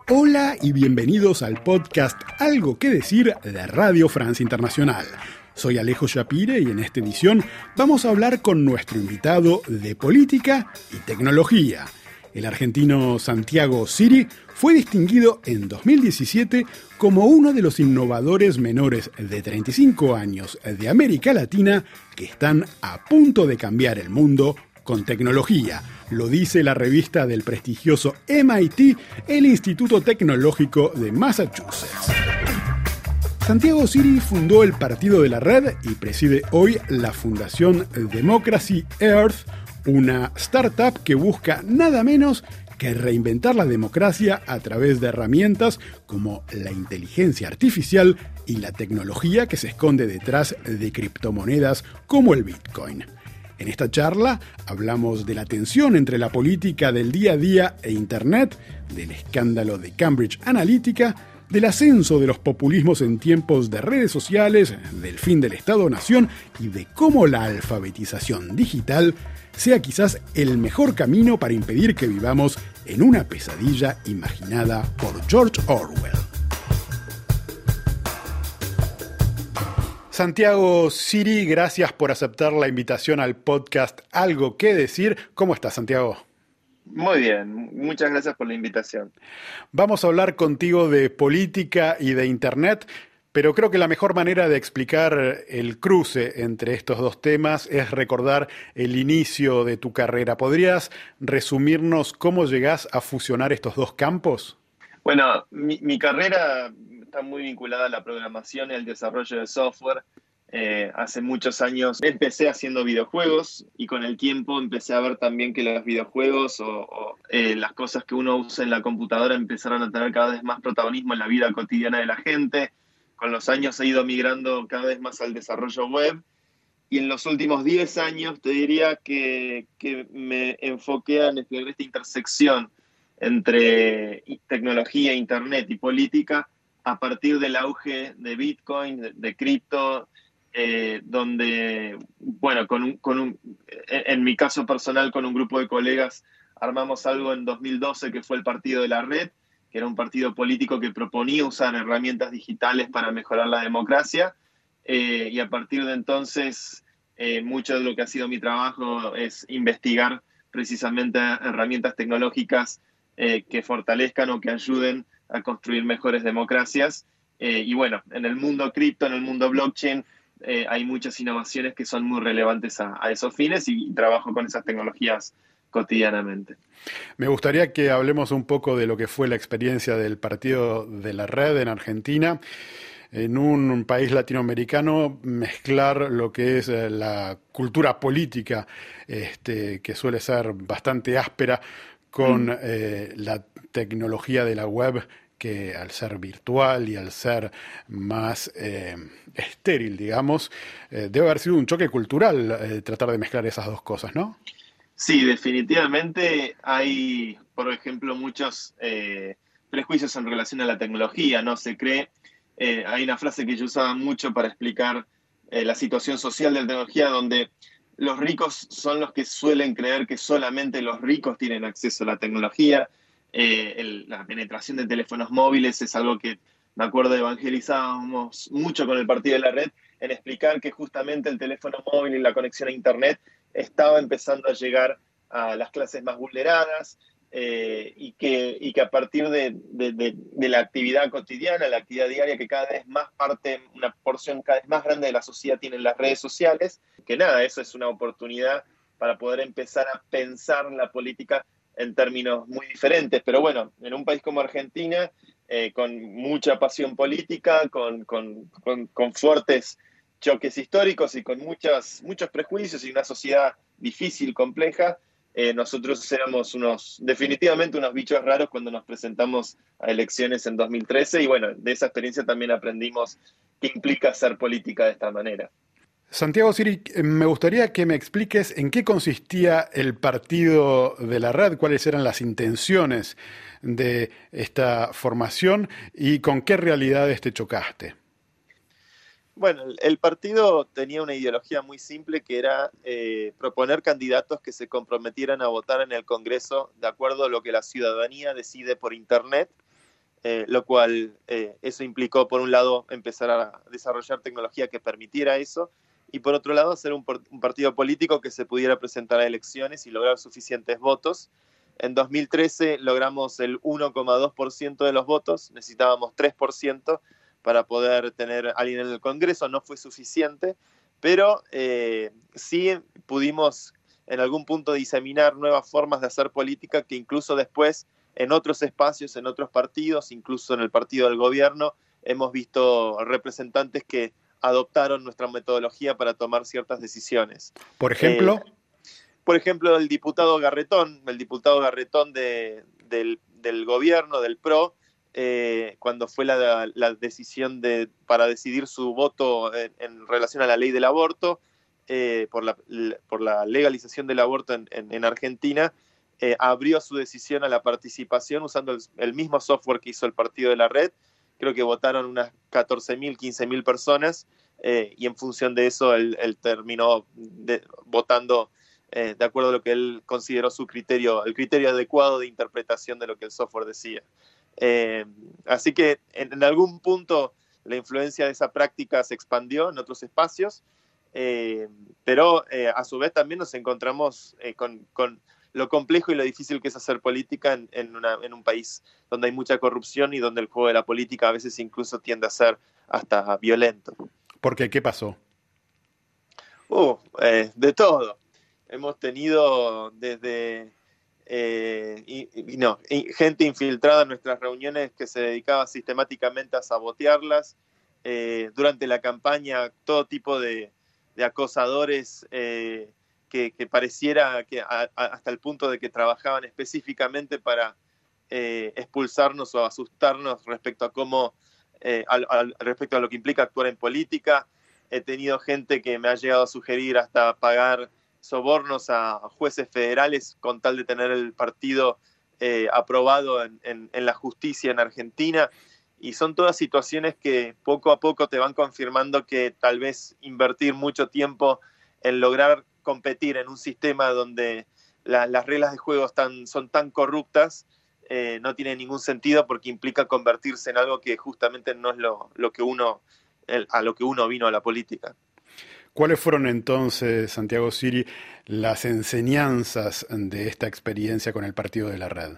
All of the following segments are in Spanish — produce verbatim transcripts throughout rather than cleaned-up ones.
Hola y bienvenidos al podcast Algo que decir de Radio France Internacional. Soy Alejo Shapire y en esta edición vamos a hablar con nuestro invitado de política y tecnología. El argentino Santiago Siri fue distinguido en dos mil diecisiete como uno de los innovadores menores de treinta y cinco años de América Latina que están a punto de cambiar el mundo con tecnología. Lo dice la revista del prestigioso M I T, el Instituto Tecnológico de Massachusetts. Santiago Siri fundó el Partido de la Red y preside hoy la Fundación Democracy Earth, una startup que busca nada menos que reinventar la democracia a través de herramientas como la inteligencia artificial y la tecnología que se esconde detrás de criptomonedas como el Bitcoin. En esta charla hablamos de la tensión entre la política del día a día e Internet, del escándalo de Cambridge Analytica, del ascenso de los populismos en tiempos de redes sociales, del fin del Estado-Nación y de cómo la alfabetización digital sea quizás el mejor camino para impedir que vivamos en una pesadilla imaginada por George Orwell. Santiago Siri, gracias por aceptar la invitación al podcast Algo que decir. ¿Cómo estás, Santiago? Muy bien, muchas gracias por la invitación. Vamos a hablar contigo de política y de Internet, pero creo que la mejor manera de explicar el cruce entre estos dos temas es recordar el inicio de tu carrera. ¿Podrías resumirnos cómo llegás a fusionar estos dos campos? Bueno, mi, mi carrera está muy vinculada a la programación y al desarrollo de software. Eh, hace muchos años empecé haciendo videojuegos y con el tiempo empecé a ver también que los videojuegos o, o eh, las cosas que uno usa en la computadora empezaron a tener cada vez más protagonismo en la vida cotidiana de la gente. Con los años he ido migrando cada vez más al desarrollo web y en los últimos diez años te diría que, que me enfoqué en explorar esta intersección entre tecnología, internet y política a partir del auge de Bitcoin, de, de cripto, eh, donde, bueno, con un, con un, en mi caso personal, con un grupo de colegas, armamos algo en dos mil doce que fue el Partido de la Red, que era un partido político que proponía usar herramientas digitales para mejorar la democracia, eh, y a partir de entonces, eh, mucho de lo que ha sido mi trabajo es investigar precisamente herramientas tecnológicas eh, que fortalezcan o que ayuden a construir mejores democracias. Eh, y bueno, en el mundo cripto, en el mundo blockchain, eh, hay muchas innovaciones que son muy relevantes a, a esos fines y, y trabajo con esas tecnologías cotidianamente. Me gustaría que hablemos un poco de lo que fue la experiencia del Partido de la Red en Argentina. En un país latinoamericano, mezclar lo que es la cultura política, este, que suele ser bastante áspera, con mm. eh, la tecnología de la web, que al ser virtual y al ser más eh, estéril, digamos, eh, debe haber sido un choque cultural eh, tratar de mezclar esas dos cosas, ¿no? Sí, definitivamente hay, por ejemplo, muchos eh, prejuicios en relación a la tecnología, ¿no? Se cree, eh, hay una frase que yo usaba mucho para explicar eh, la situación social de la tecnología, donde los ricos son los que suelen creer que solamente los ricos tienen acceso a la tecnología. Eh, el, la penetración de teléfonos móviles es algo que, me acuerdo, evangelizábamos mucho con el Partido de la Red en explicar que justamente el teléfono móvil y la conexión a Internet estaba empezando a llegar a las clases más vulneradas eh, y, que, y que a partir de, de, de, de la actividad cotidiana, la actividad diaria, que cada vez más parte, una porción cada vez más grande de la sociedad tienen las redes sociales, que nada, eso es una oportunidad para poder empezar a pensar la política en términos muy diferentes. Pero bueno, en un país como Argentina, eh, con mucha pasión política, con, con, con, con fuertes choques históricos y con muchas, muchos prejuicios y una sociedad difícil, compleja, eh, nosotros éramos unos, definitivamente unos bichos raros cuando nos presentamos a elecciones en dos mil trece y bueno, de esa experiencia también aprendimos qué implica hacer política de esta manera. Santiago Siri, me gustaría que me expliques en qué consistía el Partido de la Red, cuáles eran las intenciones de esta formación y con qué realidades te chocaste. Bueno, el partido tenía una ideología muy simple que era eh, proponer candidatos que se comprometieran a votar en el Congreso de acuerdo a lo que la ciudadanía decide por Internet eh, lo cual eh, eso implicó, por un lado, empezar a desarrollar tecnología que permitiera eso, y por otro lado, hacer un, un partido político que se pudiera presentar a elecciones y lograr suficientes votos. En dos mil trece logramos el uno coma dos por ciento de los votos, necesitábamos tres por ciento para poder tener a alguien en el Congreso, no fue suficiente, pero eh, sí pudimos en algún punto diseminar nuevas formas de hacer política que incluso después en otros espacios, en otros partidos, incluso en el partido del gobierno, hemos visto representantes que adoptaron nuestra metodología para tomar ciertas decisiones. Por ejemplo... Eh, Por ejemplo, el diputado Garretón, el diputado Garretón de, del, del gobierno, del P R O, eh, cuando fue la, la decisión de, para decidir su voto en, en relación a la ley del aborto, eh, por, la, por la legalización del aborto en, en, en Argentina, eh, abrió su decisión a la participación usando el, el mismo software que hizo el Partido de la Red. Creo que votaron unas catorce mil, quince mil personas, eh, y en función de eso él, él terminó de, votando Eh, de acuerdo a lo que él consideró su criterio, el criterio adecuado de interpretación de lo que el software decía. Eh, así que en, en algún punto la influencia de esa práctica se expandió en otros espacios, eh, pero eh, a su vez también nos encontramos eh, con, con lo complejo y lo difícil que es hacer política en, en, una, en un país donde hay mucha corrupción y donde el juego de la política a veces incluso tiende a ser hasta violento. ¿Por qué? ¿Qué pasó? Uh, eh, de todo. Hemos tenido desde eh, y, y no, y gente infiltrada en nuestras reuniones que se dedicaba sistemáticamente a sabotearlas. Eh, durante la campaña, todo tipo de, de acosadores eh, que, que pareciera que a, a, hasta el punto de que trabajaban específicamente para eh, expulsarnos o asustarnos respecto a cómo, eh, a, a, respecto a lo que implica actuar en política. He tenido gente que me ha llegado a sugerir hasta pagar sobornos a jueces federales con tal de tener el partido eh, aprobado en, en, en la justicia en Argentina. Y son todas situaciones que poco a poco te van confirmando que tal vez invertir mucho tiempo en lograr competir en un sistema donde la, las reglas de juego están, son tan corruptas eh, no tiene ningún sentido, porque implica convertirse en algo que justamente no es lo, lo que uno, el, a lo que uno vino a la política. ¿Cuáles fueron entonces, Santiago Siri, las enseñanzas de esta experiencia con el Partido de la Red?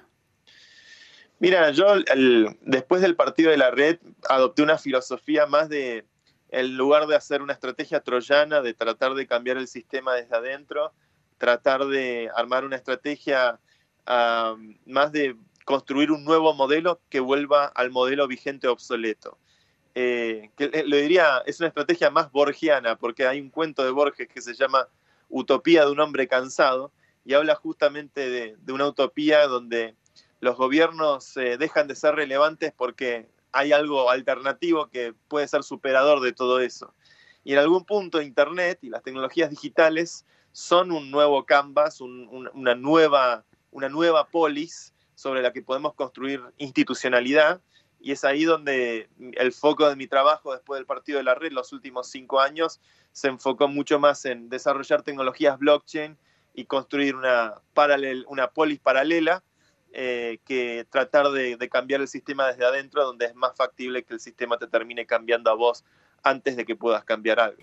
Mira, yo el, después del Partido de la Red adopté una filosofía más de, en lugar de hacer una estrategia troyana, de tratar de cambiar el sistema desde adentro, tratar de armar una estrategia uh, más de construir un nuevo modelo que vuelva al modelo vigente obsoleto. Eh, que lo diría, es una estrategia más borgiana, porque hay un cuento de Borges que se llama Utopía de un hombre cansado, y habla justamente de, de una utopía donde los gobiernos eh, dejan de ser relevantes porque hay algo alternativo que puede ser superador de todo eso. Y en algún punto Internet y las tecnologías digitales son un nuevo canvas, un, un, una, nueva, una nueva polis sobre la que podemos construir institucionalidad. Y es ahí donde el foco de mi trabajo después del Partido de la Red, los últimos cinco años, se enfocó mucho más en desarrollar tecnologías blockchain y construir una, paralel, una polis paralela, eh, que tratar de, de cambiar el sistema desde adentro, donde es más factible que el sistema te termine cambiando a vos antes de que puedas cambiar algo.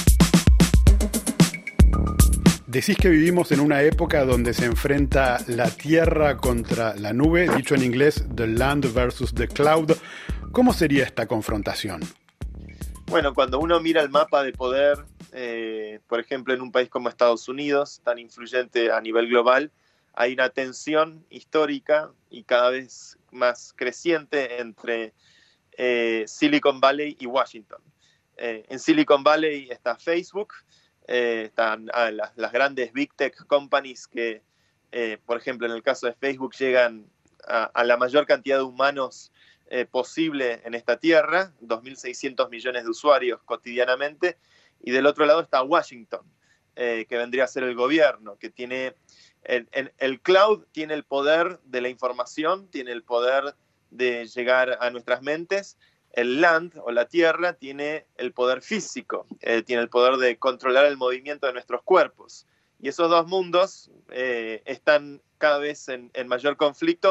Decís que vivimos en una época donde se enfrenta la tierra contra la nube, dicho en inglés, the land versus the cloud. ¿Cómo sería esta confrontación? Bueno, cuando uno mira el mapa de poder, eh, por ejemplo, en un país como Estados Unidos, tan influyente a nivel global, hay una tensión histórica y cada vez más creciente entre eh, Silicon Valley y Washington. Eh, en Silicon Valley está Facebook, Eh, están ah, las, las grandes big tech companies que, eh, por ejemplo, en el caso de Facebook, llegan a, a la mayor cantidad de humanos eh, posible en esta tierra, dos mil seiscientos millones de usuarios cotidianamente, y del otro lado está Washington, eh, que vendría a ser el gobierno, que tiene, el, el, el cloud tiene el poder de la información, tiene el poder de llegar a nuestras mentes. El land o la tierra tiene el poder físico, eh, tiene el poder de controlar el movimiento de nuestros cuerpos. Y esos dos mundos eh, están cada vez en, en mayor conflicto,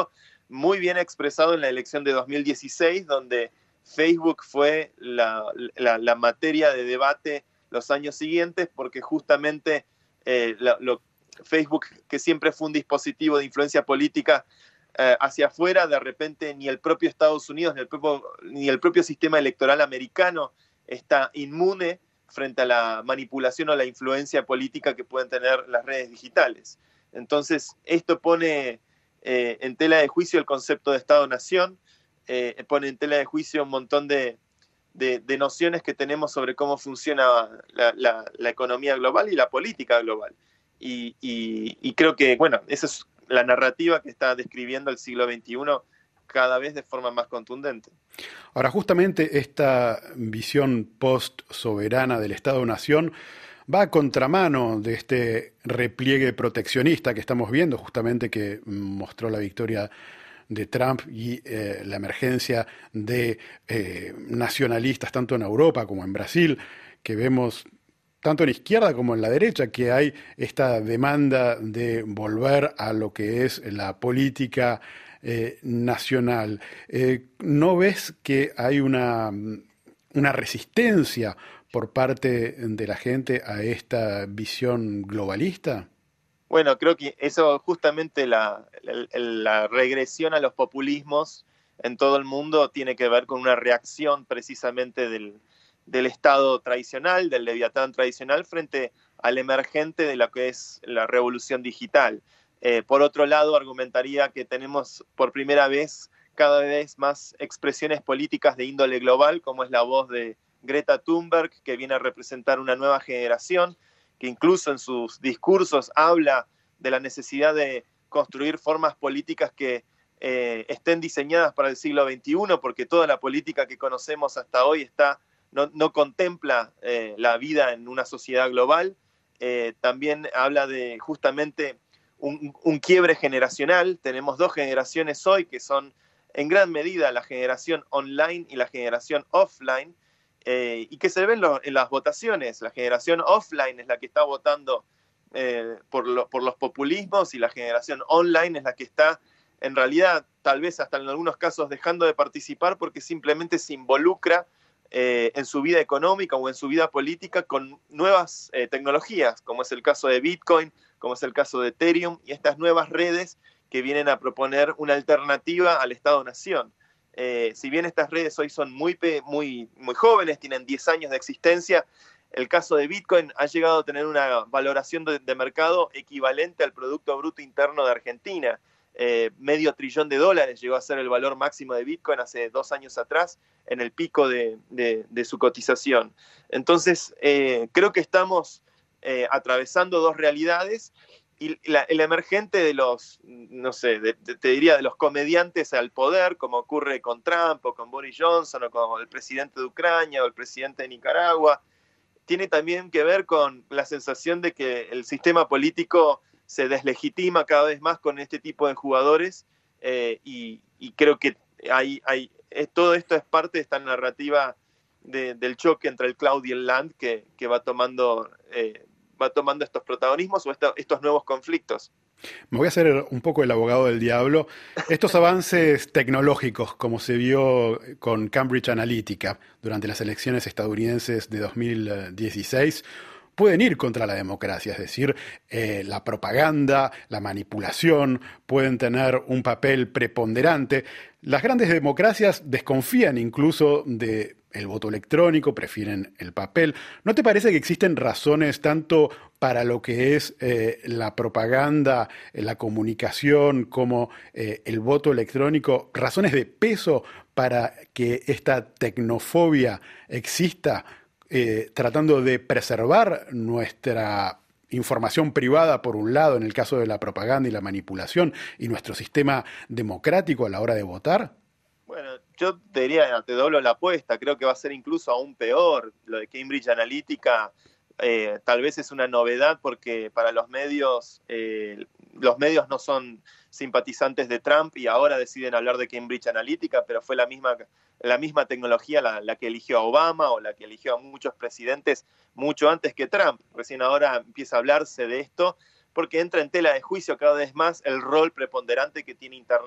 muy bien expresado en la elección de dos mil dieciséis, donde Facebook fue la, la, la materia de debate los años siguientes, porque justamente eh, lo, lo, Facebook, que siempre fue un dispositivo de influencia política eh, hacia afuera, de repente ni el propio Estados Unidos, ni el propio, ni el propio sistema electoral americano está inmune frente a la manipulación o la influencia política que pueden tener las redes digitales. Entonces, esto pone eh, en tela de juicio el concepto de Estado-Nación, eh, pone en tela de juicio un montón de, de, de nociones que tenemos sobre cómo funciona la, la, la economía global y la política global. Y, y, y creo que, bueno, esa es la narrativa que está describiendo el siglo veintiuno cada vez de forma más contundente. Ahora, justamente esta visión post-soberana del Estado-Nación va a contramano de este repliegue proteccionista que estamos viendo, justamente que mostró la victoria de Trump y eh, la emergencia de eh, nacionalistas tanto en Europa como en Brasil, que vemos tanto en la izquierda como en la derecha, que hay esta demanda de volver a lo que es la política eh, nacional. Eh, ¿No ves que hay una, una resistencia por parte de la gente a esta visión globalista? Bueno, creo que eso justamente la, la, la regresión a los populismos en todo el mundo tiene que ver con una reacción precisamente del, del Estado tradicional, del Leviatán tradicional, frente al emergente de lo que es la revolución digital. Eh, por otro lado, argumentaría que tenemos por primera vez cada vez más expresiones políticas de índole global, como es la voz de Greta Thunberg, que viene a representar una nueva generación, que incluso en sus discursos habla de la necesidad de construir formas políticas que eh, estén diseñadas para el siglo veintiuno, porque toda la política que conocemos hasta hoy está, no, no contempla eh, la vida en una sociedad global. Eh, también habla de justamente un, un quiebre generacional. Tenemos dos generaciones hoy que son en gran medida la generación online y la generación offline, Eh, y que se ven lo, en las votaciones. La generación offline es la que está votando eh, por, lo, por los populismos, y la generación online es la que está, en realidad, tal vez hasta en algunos casos dejando de participar porque simplemente se involucra eh, en su vida económica o en su vida política con nuevas eh, tecnologías, como es el caso de Bitcoin, como es el caso de Ethereum, y estas nuevas redes que vienen a proponer una alternativa al Estado-Nación. Eh, si bien estas redes hoy son muy, muy, muy jóvenes, tienen diez años de existencia, el caso de Bitcoin ha llegado a tener una valoración de, de mercado equivalente al Producto Bruto Interno de Argentina. Eh, medio trillón de dólares llegó a ser el valor máximo de Bitcoin hace dos años atrás, en el pico de, de, de su cotización. Entonces, eh, creo que estamos eh, atravesando dos realidades. Y la, el emergente de los, no sé, de, de, te diría de los comediantes al poder, como ocurre con Trump o con Boris Johnson o con el presidente de Ucrania o el presidente de Nicaragua, tiene también que ver con la sensación de que el sistema político se deslegitima cada vez más con este tipo de jugadores, eh, y, y creo que hay, hay, es, todo esto es parte de esta narrativa de, del choque entre el cloud y el land que, que va tomando... Eh, va tomando estos protagonismos o esta, estos nuevos conflictos. Me voy a hacer un poco el abogado del diablo. Estos avances tecnológicos, como se vio con Cambridge Analytica durante las elecciones estadounidenses de dos mil dieciséis, pueden ir contra la democracia, es decir, eh, la propaganda, la manipulación pueden tener un papel preponderante. Las grandes democracias desconfían incluso de el voto electrónico, prefieren el papel. ¿No te parece que existen razones tanto para lo que es eh, la propaganda, la comunicación, como eh, el voto electrónico, razones de peso para que esta tecnofobia exista, eh, tratando de preservar nuestra información privada por un lado, en el caso de la propaganda y la manipulación, y nuestro sistema democrático a la hora de votar? Bueno, yo te diría, te doblo la apuesta, creo que va a ser incluso aún peor. Lo de Cambridge Analytica eh, tal vez es una novedad porque para los medios, eh, los medios no son simpatizantes de Trump y ahora deciden hablar de Cambridge Analytica, pero fue la misma, la misma tecnología la, la que eligió a Obama o la que eligió a muchos presidentes mucho antes que Trump. Recién ahora empieza a hablarse de esto porque entra en tela de juicio cada vez más el rol preponderante que tiene Internet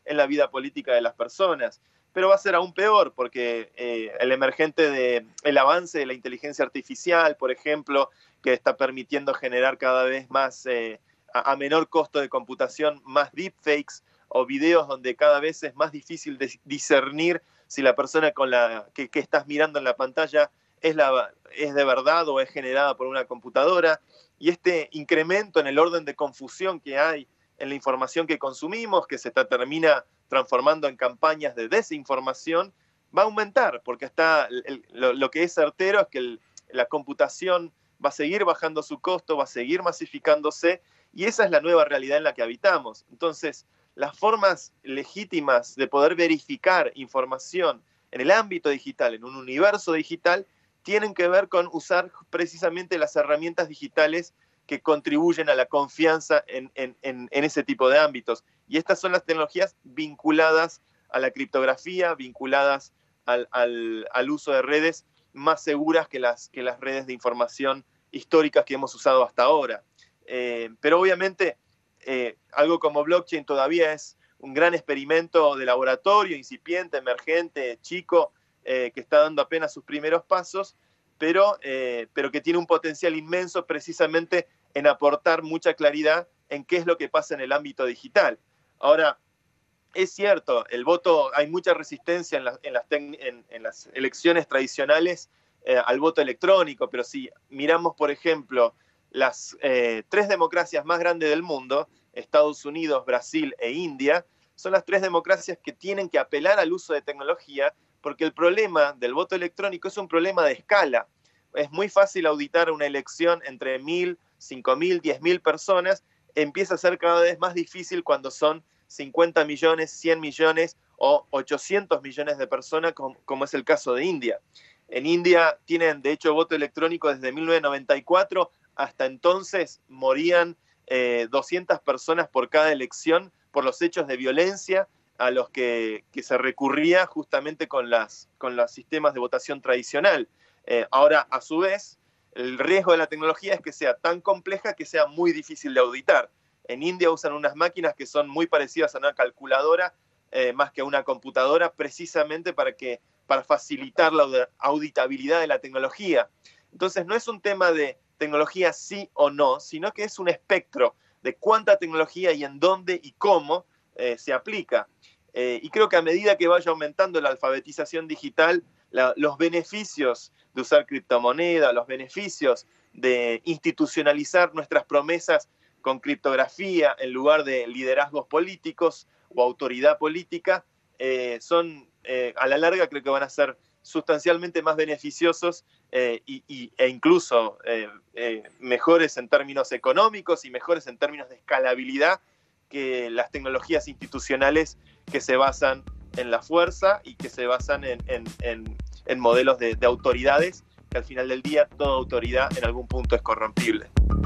en la vida política de las personas. Pero va a ser aún peor porque eh, el emergente de, el avance de la inteligencia artificial, por ejemplo, que está permitiendo generar cada vez más, eh, a, a menor costo de computación, más deepfakes o videos donde cada vez es más difícil de discernir si la persona con la que, que estás mirando en la pantalla es, la, es de verdad o es generada por una computadora. Y este incremento en el orden de confusión que hay en la información que consumimos, que se está, termina transformando en campañas de desinformación, va a aumentar, porque está el, lo, lo que es certero es que el, la computación va a seguir bajando su costo, va a seguir masificándose, y esa es la nueva realidad en la que habitamos. Entonces, las formas legítimas de poder verificar información en el ámbito digital, en un universo digital, tienen que ver con usar precisamente las herramientas digitales que contribuyen a la confianza en, en, en, en ese tipo de ámbitos. Y estas son las tecnologías vinculadas a la criptografía, vinculadas al, al, al uso de redes más seguras que las, que las redes de información históricas que hemos usado hasta ahora. Eh, pero obviamente eh, algo como blockchain todavía es un gran experimento de laboratorio, incipiente, emergente, chico, eh, que está dando apenas sus primeros pasos, pero, eh, pero que tiene un potencial inmenso precisamente en aportar mucha claridad en qué es lo que pasa en el ámbito digital. Ahora, es cierto, el voto, hay mucha resistencia en, la, en, las, en, en las elecciones tradicionales eh, al voto electrónico, pero si miramos, por ejemplo, las eh, tres democracias más grandes del mundo, Estados Unidos, Brasil e India, son las tres democracias que tienen que apelar al uso de tecnología, porque el problema del voto electrónico es un problema de escala. Es muy fácil auditar una elección entre mil, cinco mil, diez mil personas. Empieza a ser cada vez más difícil cuando son cincuenta millones, cien millones o ochocientos millones de personas, como, como es el caso de India. En India tienen, de hecho, voto electrónico desde mil novecientos noventa y cuatro. Hasta entonces morían eh, doscientas personas por cada elección por los hechos de violencia a los que, que se recurría justamente con, las, con los sistemas de votación tradicional. Eh, ahora, a su vez, el riesgo de la tecnología es que sea tan compleja que sea muy difícil de auditar. En India usan unas máquinas que son muy parecidas a una calculadora, eh, más que a una computadora, precisamente para, que, para facilitar la auditabilidad de la tecnología. Entonces, no es un tema de tecnología sí o no, sino que es un espectro de cuánta tecnología y en dónde y cómo eh, se aplica. Eh, y creo que a medida que vaya aumentando la alfabetización digital, la, los beneficios de usar criptomoneda, los beneficios de institucionalizar nuestras promesas con criptografía en lugar de liderazgos políticos o autoridad política, eh, son eh, a la larga creo que van a ser sustancialmente más beneficiosos eh, y, y, e incluso eh, eh, mejores en términos económicos y mejores en términos de escalabilidad que las tecnologías institucionales que se basan en la fuerza y que se basan en, en, en, en modelos de, de autoridades, que al final del día toda autoridad en algún punto es corrompible.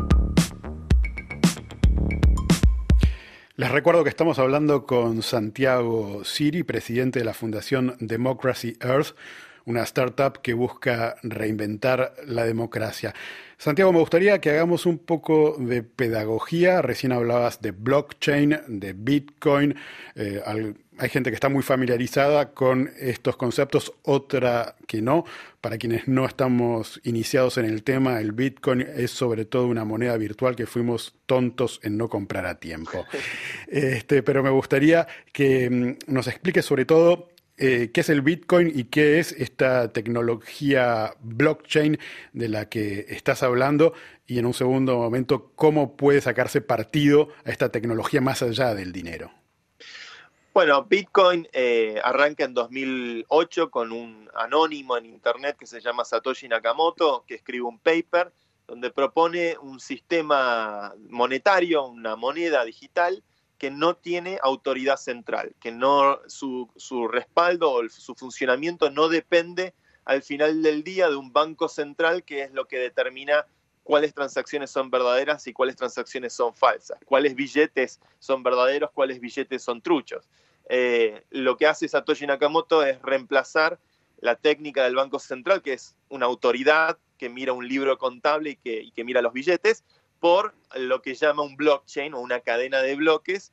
Les recuerdo que estamos hablando con Santiago Siri, presidente de la Fundación Democracy Earth, una startup que busca reinventar la democracia. Santiago, me gustaría que hagamos un poco de pedagogía. Recién hablabas de blockchain, de Bitcoin. Eh, al, hay gente que está muy familiarizada con estos conceptos, otra que no. Para quienes no estamos iniciados en el tema, el Bitcoin es sobre todo una moneda virtual que fuimos tontos en no comprar a tiempo. Este, pero me gustaría que mm, nos expliques sobre todo Eh, ¿qué es el Bitcoin y qué es esta tecnología blockchain de la que estás hablando? Y en un segundo momento, ¿cómo puede sacarse partido a esta tecnología más allá del dinero? Bueno, Bitcoin eh, arranca en dos mil ocho con un anónimo en internet que se llama Satoshi Nakamoto, que escribe un paper donde propone un sistema monetario, una moneda digital, que no tiene autoridad central, que no su, su respaldo o su funcionamiento no depende al final del día de un banco central que es lo que determina cuáles transacciones son verdaderas y cuáles transacciones son falsas, cuáles billetes son verdaderos, cuáles billetes son truchos. Eh, lo que hace Satoshi Nakamoto es reemplazar la técnica del Banco Central, que es una autoridad que mira un libro contable y que, y que mira los billetes, por lo que llama un blockchain o una cadena de bloques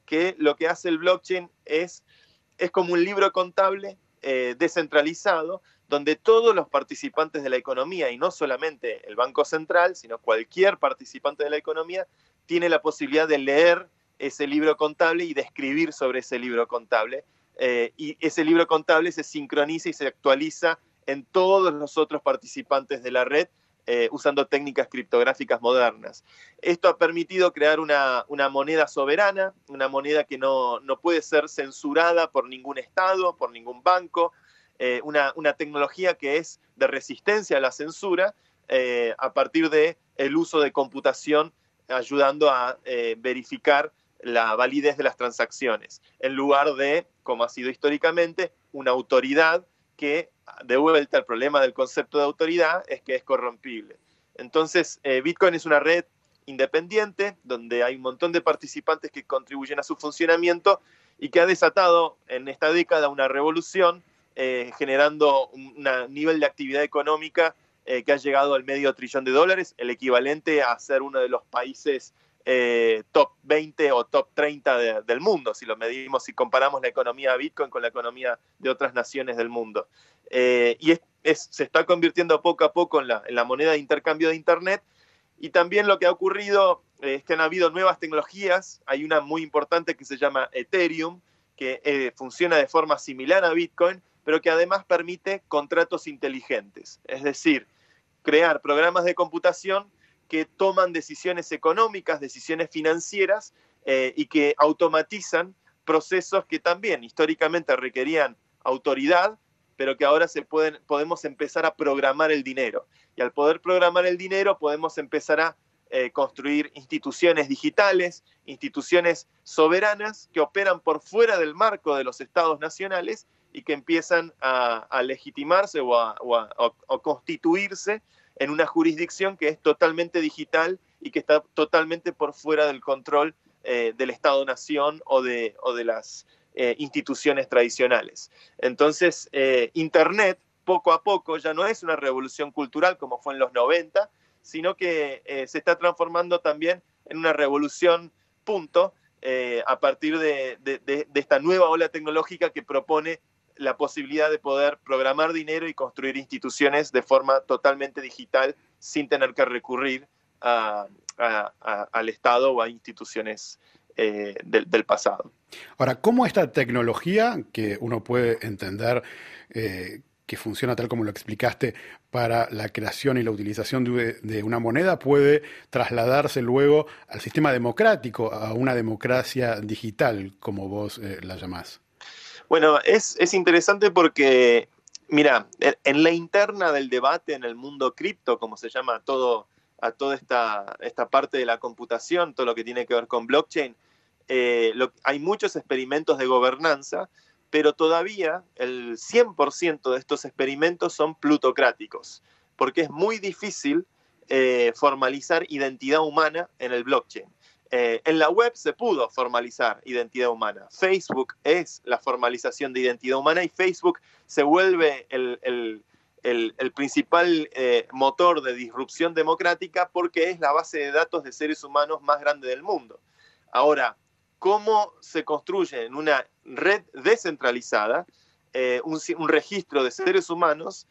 que lo que hace el blockchain es, es como un libro contable eh, descentralizado, donde todos los participantes de la economía, y no solamente el Banco Central, sino cualquier participante de la economía, tiene la posibilidad de leer ese libro contable y de escribir sobre ese libro contable. Eh, y ese libro contable se sincroniza y se actualiza en todos los otros participantes de la red, eh, usando técnicas criptográficas modernas. Esto ha permitido crear una, una moneda soberana, una moneda que no, no puede ser censurada por ningún Estado, por ningún banco, eh, una, una tecnología que es de resistencia a la censura, eh, a partir del uso de computación, ayudando a eh, verificar la validez de las transacciones, en lugar de, como ha sido históricamente, una autoridad que, de vuelta, el problema del concepto de autoridad es que es corrompible. Entonces, eh, Bitcoin es una red independiente, donde hay un montón de participantes que contribuyen a su funcionamiento y que ha desatado en esta década una revolución, eh, generando un una nivel de actividad económica eh, que ha llegado al medio trillón de dólares, el equivalente a ser uno de los países Eh, top veinte o top treinta de, del mundo, si lo medimos, si comparamos la economía de Bitcoin con la economía de otras naciones del mundo. Eh, y es, es, se está convirtiendo poco a poco en la, en la moneda de intercambio de Internet. Y también lo que ha ocurrido eh, es que han habido nuevas tecnologías. Hay una muy importante que se llama Ethereum, que eh, funciona de forma similar a Bitcoin, pero que además permite contratos inteligentes. Es decir, crear programas de computación que toman decisiones económicas, decisiones financieras eh, y que automatizan procesos que también históricamente requerían autoridad, pero que ahora se pueden, podemos empezar a programar el dinero. Y al poder programar el dinero podemos empezar a eh, construir instituciones digitales, instituciones soberanas que operan por fuera del marco de los estados nacionales y que empiezan a, a legitimarse o a, o a, a constituirse en una jurisdicción que es totalmente digital y que está totalmente por fuera del control eh, del Estado-Nación o de, o de las eh, instituciones tradicionales. Entonces, eh, Internet, poco a poco, ya no es una revolución cultural como fue en los noventa, sino que eh, se está transformando también en una revolución, punto, eh, a partir de, de, de, de esta nueva ola tecnológica que propone la posibilidad de poder programar dinero y construir instituciones de forma totalmente digital sin tener que recurrir a, a, a, al Estado o a instituciones eh, del, del pasado. Ahora, ¿cómo esta tecnología, que uno puede entender eh, que funciona tal como lo explicaste para la creación y la utilización de, de una moneda, puede trasladarse luego al sistema democrático, a una democracia digital, como vos eh, la llamás? Bueno, es, es interesante porque, mira, en la interna del debate en el mundo cripto, como se llama a, todo, a toda esta, esta parte de la computación, todo lo que tiene que ver con blockchain, eh, lo, hay muchos experimentos de gobernanza, pero todavía el cien por ciento de estos experimentos son plutocráticos, porque es muy difícil eh, formalizar identidad humana en el blockchain. Eh, en la web se pudo formalizar identidad humana. Facebook es la formalización de identidad humana y Facebook se vuelve el, el, el, el principal eh, motor de disrupción democrática porque es la base de datos de seres humanos más grande del mundo. Ahora, ¿cómo se construye en una red descentralizada eh, un, un registro de seres humanos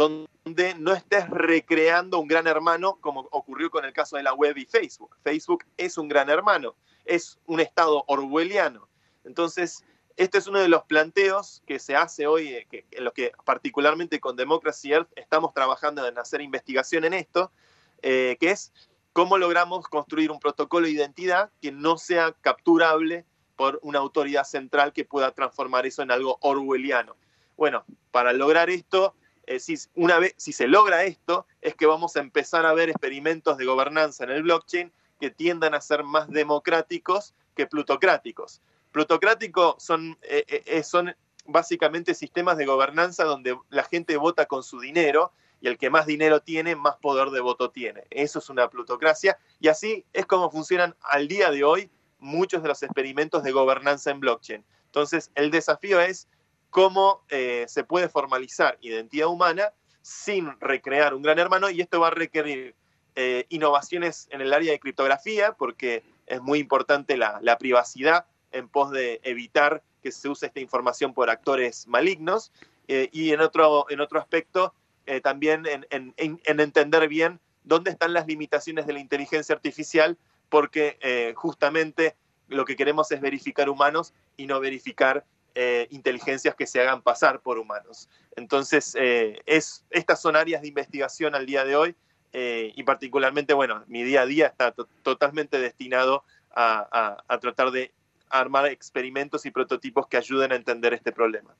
donde no estés recreando un gran hermano como ocurrió con el caso de la web y Facebook? Facebook es un gran hermano, es un estado orwelliano. Entonces, este es uno de los planteos que se hace hoy, que, en los que particularmente con Democracy Earth estamos trabajando en hacer investigación en esto, eh, que es cómo logramos construir un protocolo de identidad que no sea capturable por una autoridad central que pueda transformar eso en algo orwelliano. Bueno, para lograr esto, Eh, si, una vez, si se logra esto, es que vamos a empezar a ver experimentos de gobernanza en el blockchain que tiendan a ser más democráticos que plutocráticos. Plutocráticos son, eh, eh, son básicamente sistemas de gobernanza donde la gente vota con su dinero y el que más dinero tiene, más poder de voto tiene. Eso es una plutocracia y así es como funcionan al día de hoy muchos de los experimentos de gobernanza en blockchain. Entonces, el desafío es cómo eh, se puede formalizar identidad humana sin recrear un gran hermano, y esto va a requerir eh, innovaciones en el área de criptografía, porque es muy importante la, la privacidad en pos de evitar que se use esta información por actores malignos, eh, y en otro, en otro aspecto eh, también en, en, en entender bien dónde están las limitaciones de la inteligencia artificial, porque eh, justamente lo que queremos es verificar humanos y no verificar eh, inteligencias que se hagan pasar por humanos. Entonces, eh, es, estas son áreas de investigación al día de hoy, eh, y particularmente, bueno, mi día a día está to- totalmente destinado a, a, a tratar de armar experimentos y prototipos que ayuden a entender este problema.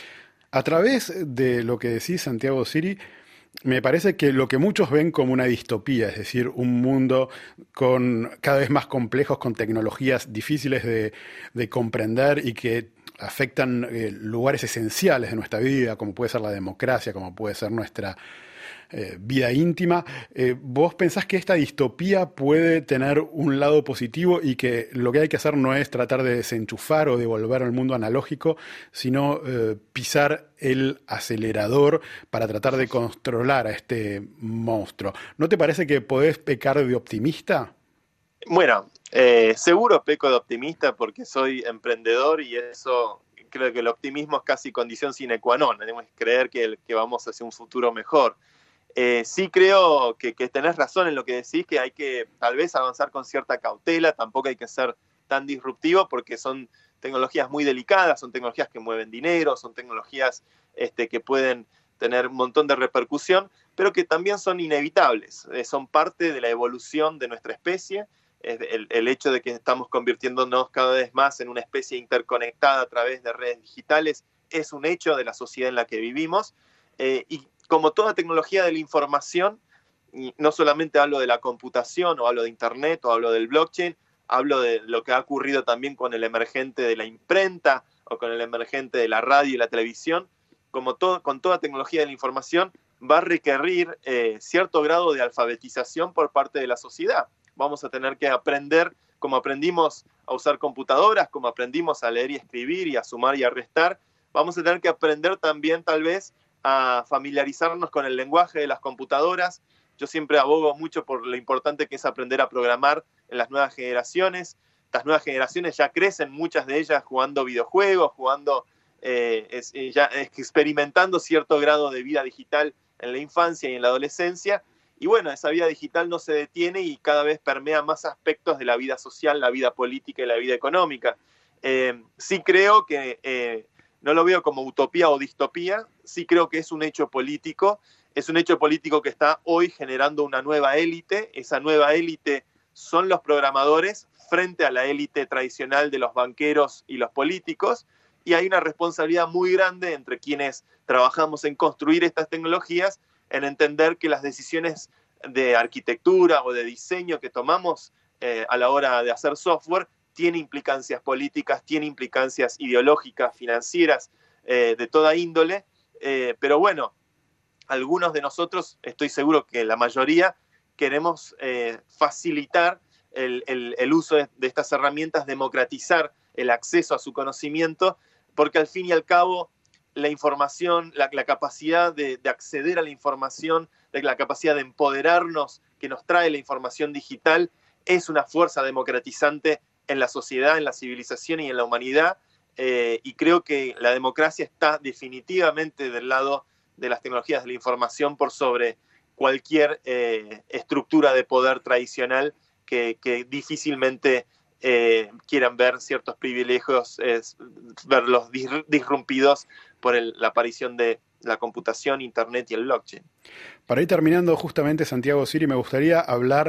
A través de lo que decís, Santiago Siri, me parece que lo que muchos ven como una distopía, es decir, un mundo con cada vez más complejos, con tecnologías difíciles de, de comprender y que afectan eh, lugares esenciales de nuestra vida, como puede ser la democracia, como puede ser nuestra eh, vida íntima. Eh, ¿Vos pensás que esta distopía puede tener un lado positivo y que lo que hay que hacer no es tratar de desenchufar o de volver al mundo analógico, sino eh, pisar el acelerador para tratar de controlar a este monstruo? ¿No te parece que podés pecar de optimista? Bueno, eh, seguro peco de optimista porque soy emprendedor y eso, creo que el optimismo es casi condición sine qua non. Tenemos que creer que, que vamos hacia un futuro mejor. Eh, sí creo que, que tenés razón en lo que decís, que hay que tal vez avanzar con cierta cautela, tampoco hay que ser tan disruptivo porque son tecnologías muy delicadas, son tecnologías que mueven dinero, son tecnologías este, que pueden tener un montón de repercusión, pero que también son inevitables, eh, son parte de la evolución de nuestra especie. El, el hecho de que estamos convirtiéndonos cada vez más en una especie interconectada a través de redes digitales es un hecho de la sociedad en la que vivimos, eh, y como toda tecnología de la información, y no solamente hablo de la computación o hablo de internet o hablo del blockchain, hablo de lo que ha ocurrido también con el emergente de la imprenta o con el emergente de la radio y la televisión. Como todo, con toda tecnología de la información va a requerir eh, cierto grado de alfabetización por parte de la sociedad. Vamos a tener que aprender, como aprendimos a usar computadoras, como aprendimos a leer y escribir y a sumar y a restar, vamos a tener que aprender también tal vez a familiarizarnos con el lenguaje de las computadoras. Yo siempre abogo mucho por lo importante que es aprender a programar en las nuevas generaciones. Estas nuevas generaciones ya crecen, muchas de ellas jugando videojuegos, jugando, eh, es, ya experimentando cierto grado de vida digital en la infancia y en la adolescencia. Y bueno, esa vida digital no se detiene y cada vez permea más aspectos de la vida social, la vida política y la vida económica. Eh, sí creo que, eh, no lo veo como utopía o distopía, sí creo que es un hecho político, es un hecho político que está hoy generando una nueva élite. Esa nueva élite son los programadores frente a la élite tradicional de los banqueros y los políticos, y hay una responsabilidad muy grande entre quienes trabajamos en construir estas tecnologías, en entender que las decisiones de arquitectura o de diseño que tomamos eh, a la hora de hacer software tienen implicancias políticas, tienen implicancias ideológicas, financieras, eh, de toda índole, eh, pero bueno, algunos de nosotros, estoy seguro que la mayoría, queremos eh, facilitar el, el, el uso de, de estas herramientas, democratizar el acceso a su conocimiento, porque al fin y al cabo la información, la, la capacidad de, de acceder a la información, de la capacidad de empoderarnos que nos trae la información digital, es una fuerza democratizante en la sociedad, en la civilización y en la humanidad, eh, y creo que la democracia está definitivamente del lado de las tecnologías de la información por sobre cualquier eh, estructura de poder tradicional que, que difícilmente eh, quieran ver ciertos privilegios, eh, verlos dis- disrumpidos por el, la aparición de la computación, internet y el blockchain. Para ir terminando, justamente, Santiago Siri, me gustaría hablar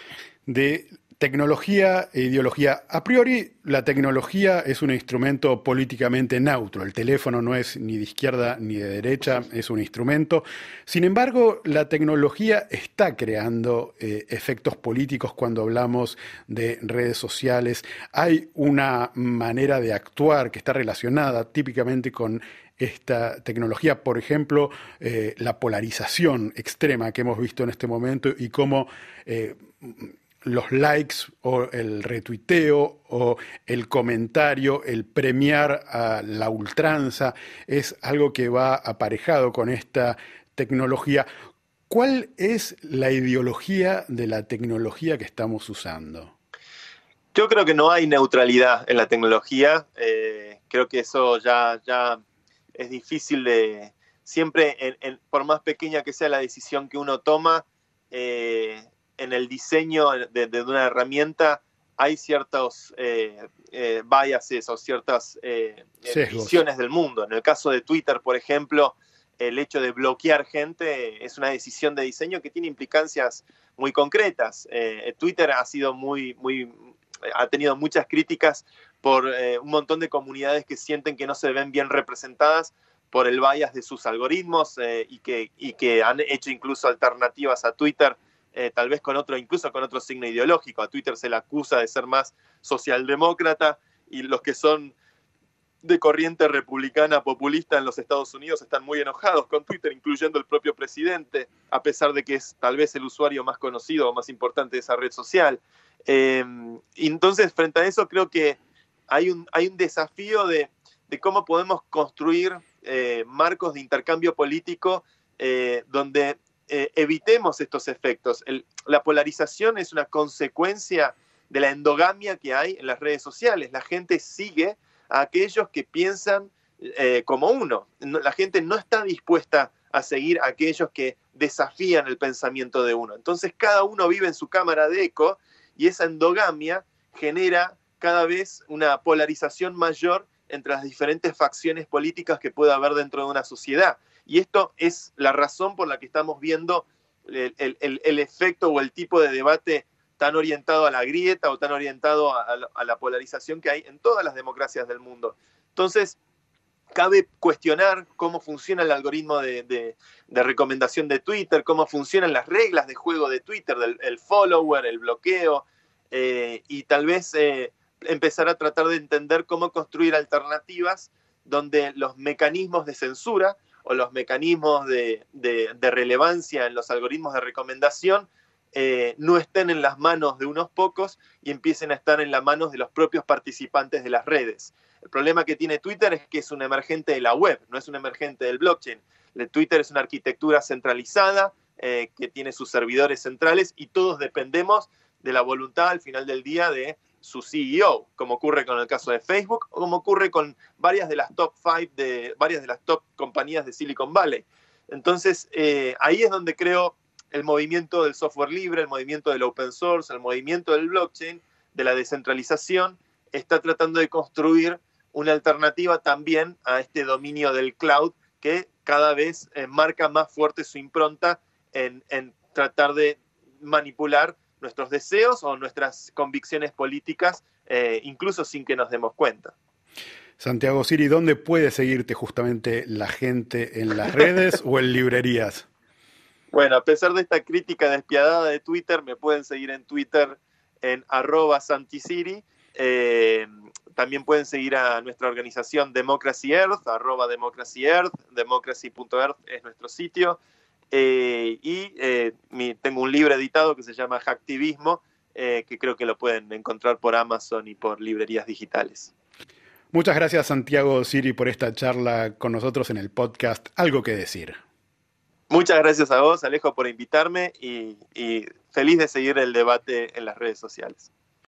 de tecnología e ideología. A priori, la tecnología es un instrumento políticamente neutro. El teléfono no es ni de izquierda ni de derecha, es un instrumento. Sin embargo, la tecnología está creando eh, efectos políticos cuando hablamos de redes sociales. Hay una manera de actuar que está relacionada típicamente con esta tecnología, por ejemplo, eh, la polarización extrema que hemos visto en este momento y cómo eh, los likes o el retuiteo o el comentario, el premiar a la ultranza, es algo que va aparejado con esta tecnología. ¿Cuál es la ideología de la tecnología que estamos usando? Yo creo que no hay neutralidad en la tecnología. Eh, creo que eso ya, ya es difícil de... Siempre, en, en, por más pequeña que sea la decisión que uno toma, eh, en el diseño de, de una herramienta hay ciertos eh, eh, biases o ciertas eh, visiones del mundo. En el caso de Twitter, por ejemplo, el hecho de bloquear gente es una decisión de diseño que tiene implicancias muy concretas. Eh, Twitter ha sido muy, muy, ha tenido muchas críticas por eh, un montón de comunidades que sienten que no se ven bien representadas por el bias de sus algoritmos eh, y, que, y que han hecho incluso alternativas a Twitter, eh, tal vez con otro, incluso con otro signo ideológico. A Twitter se le acusa de ser más socialdemócrata y los que son de corriente republicana populista en los Estados Unidos están muy enojados con Twitter, incluyendo el propio presidente, a pesar de que es tal vez el usuario más conocido o más importante de esa red social. Eh, y entonces, frente a eso, creo que hay un, hay un desafío de, de cómo podemos construir eh, marcos de intercambio político eh, donde eh, evitemos estos efectos. El, la polarización es una consecuencia de la endogamia que hay en las redes sociales. La gente sigue a aquellos que piensan eh, como uno. No, la gente no está dispuesta a seguir a aquellos que desafían el pensamiento de uno. Entonces cada uno vive en su cámara de eco y esa endogamia genera cada vez una polarización mayor entre las diferentes facciones políticas que puede haber dentro de una sociedad. Y esto es la razón por la que estamos viendo el, el, el efecto o el tipo de debate tan orientado a la grieta o tan orientado a, a la polarización que hay en todas las democracias del mundo. Entonces, cabe cuestionar cómo funciona el algoritmo de, de, de recomendación de Twitter, cómo funcionan las reglas de juego de Twitter, del el follower, el bloqueo, eh, y tal vez eh, empezar a tratar de entender cómo construir alternativas donde los mecanismos de censura o los mecanismos de, de, de relevancia en los algoritmos de recomendación Eh, no estén en las manos de unos pocos y empiecen a estar en las manos de los propios participantes de las redes. El problema que tiene Twitter es que es un emergente de la web, no es un emergente del blockchain. El Twitter es una arquitectura centralizada eh, que tiene sus servidores centrales y todos dependemos de la voluntad al final del día de su C E O, como ocurre con el caso de Facebook o como ocurre con varias de las top five de varias de las top compañías de Silicon Valley. Entonces, eh, ahí es donde creo el movimiento del software libre, el movimiento del open source, el movimiento del blockchain, de la descentralización, está tratando de construir una alternativa también a este dominio del cloud que cada vez eh, marca más fuerte su impronta en, en tratar de manipular nuestros deseos o nuestras convicciones políticas, eh, incluso sin que nos demos cuenta. Santiago Siri, ¿dónde puede seguirte justamente la gente? ¿En las redes o en librerías? Bueno, a pesar de esta crítica despiadada de Twitter, me pueden seguir en Twitter en arroba santisiri. Eh, también pueden seguir a nuestra organización Democracy Earth, arroba Democracy Earth, democracy punto earth es nuestro sitio. Eh, y eh, mi, tengo un libro editado que se llama Hacktivismo, eh, que creo que lo pueden encontrar por Amazon y por librerías digitales. Muchas gracias, Santiago Siri, por esta charla con nosotros en el podcast Algo que Decir. Muchas gracias a vos, Alejo, por invitarme y, y feliz de seguir el debate en las redes sociales.